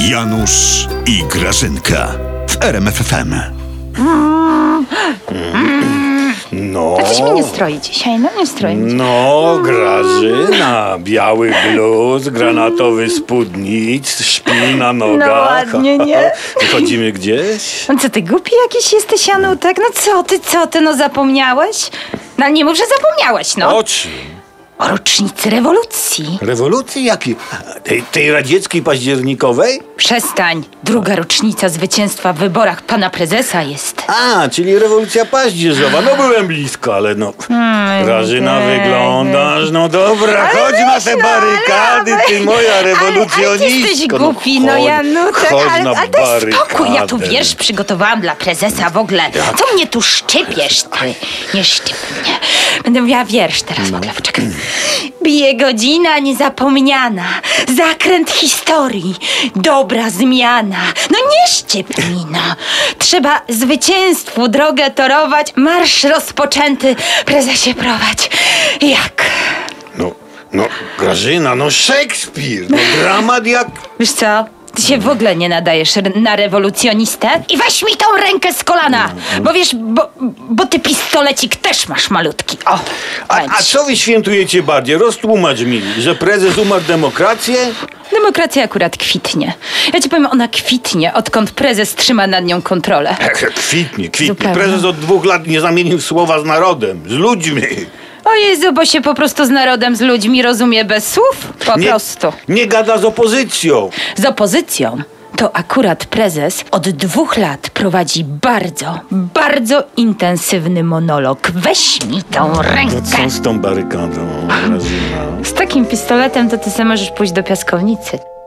Janusz i Grażynka w RMF FM. No. A coś mi nie stroi dzisiaj, nie stroi mi. No, Grażyna, biały bluz, granatowy spódnic, szpil na nogach. No ładnie, nie? Wychodzimy gdzieś? No co ty, głupi jakiś jesteś, Janutek? No co ty, zapomniałeś? No nie mów, że zapomniałeś, no. O czym? O rocznicy rewolucji. Rewolucji jakiej? Tej radzieckiej październikowej? Przestań. Druga rocznica zwycięstwa w wyborach pana prezesa jest. A, czyli rewolucja paździerzowa. No byłem blisko, ale no... Grażyna, wyglądasz, no dobra, chodź na te barykady, ty moja rewolucjonistko. Ale jesteś głupi, no chodź, Janutek, chodź ale na daj spokój, ja tu barykadę. wiersz przygotowałam dla prezesa w ogóle. Co mnie tu szczypiesz, ty? Nie szczyp mnie. Będę mówiła wiersz teraz w ogóle, poczekaj. Bije godzina niezapomniana, zakręt historii, dobra zmiana. No nie szczypnina. Trzeba zwycięstwu drogę torować, marsz rozpoczęty, prezesie prowadź. Jak? No, Grażyna, no Szekspir, no dramat jak... Wiesz co? Ty się w ogóle nie nadajesz na rewolucjonistę i weź mi tą rękę z kolana, bo wiesz, bo ty pistolecik też masz malutki. O, A co wy świętujecie bardziej? Roztłumacz mi, że prezes umarł demokrację? Demokracja akurat kwitnie. Ja ci powiem, ona kwitnie, odkąd prezes trzyma nad nią kontrolę. Kwitnie. Zupełnie. Prezes od 2 lat nie zamienił słowa z narodem, z ludźmi. O Jezu, bo się po prostu z narodem, z ludźmi rozumie bez słów? Po prostu. Nie gada z opozycją. Z opozycją to akurat prezes od 2 lat prowadzi bardzo, bardzo intensywny monolog. Weź mi tą rękę. Co z tą barykadą, Grażyna? Z takim pistoletem to ty sam możesz pójść do piaskownicy.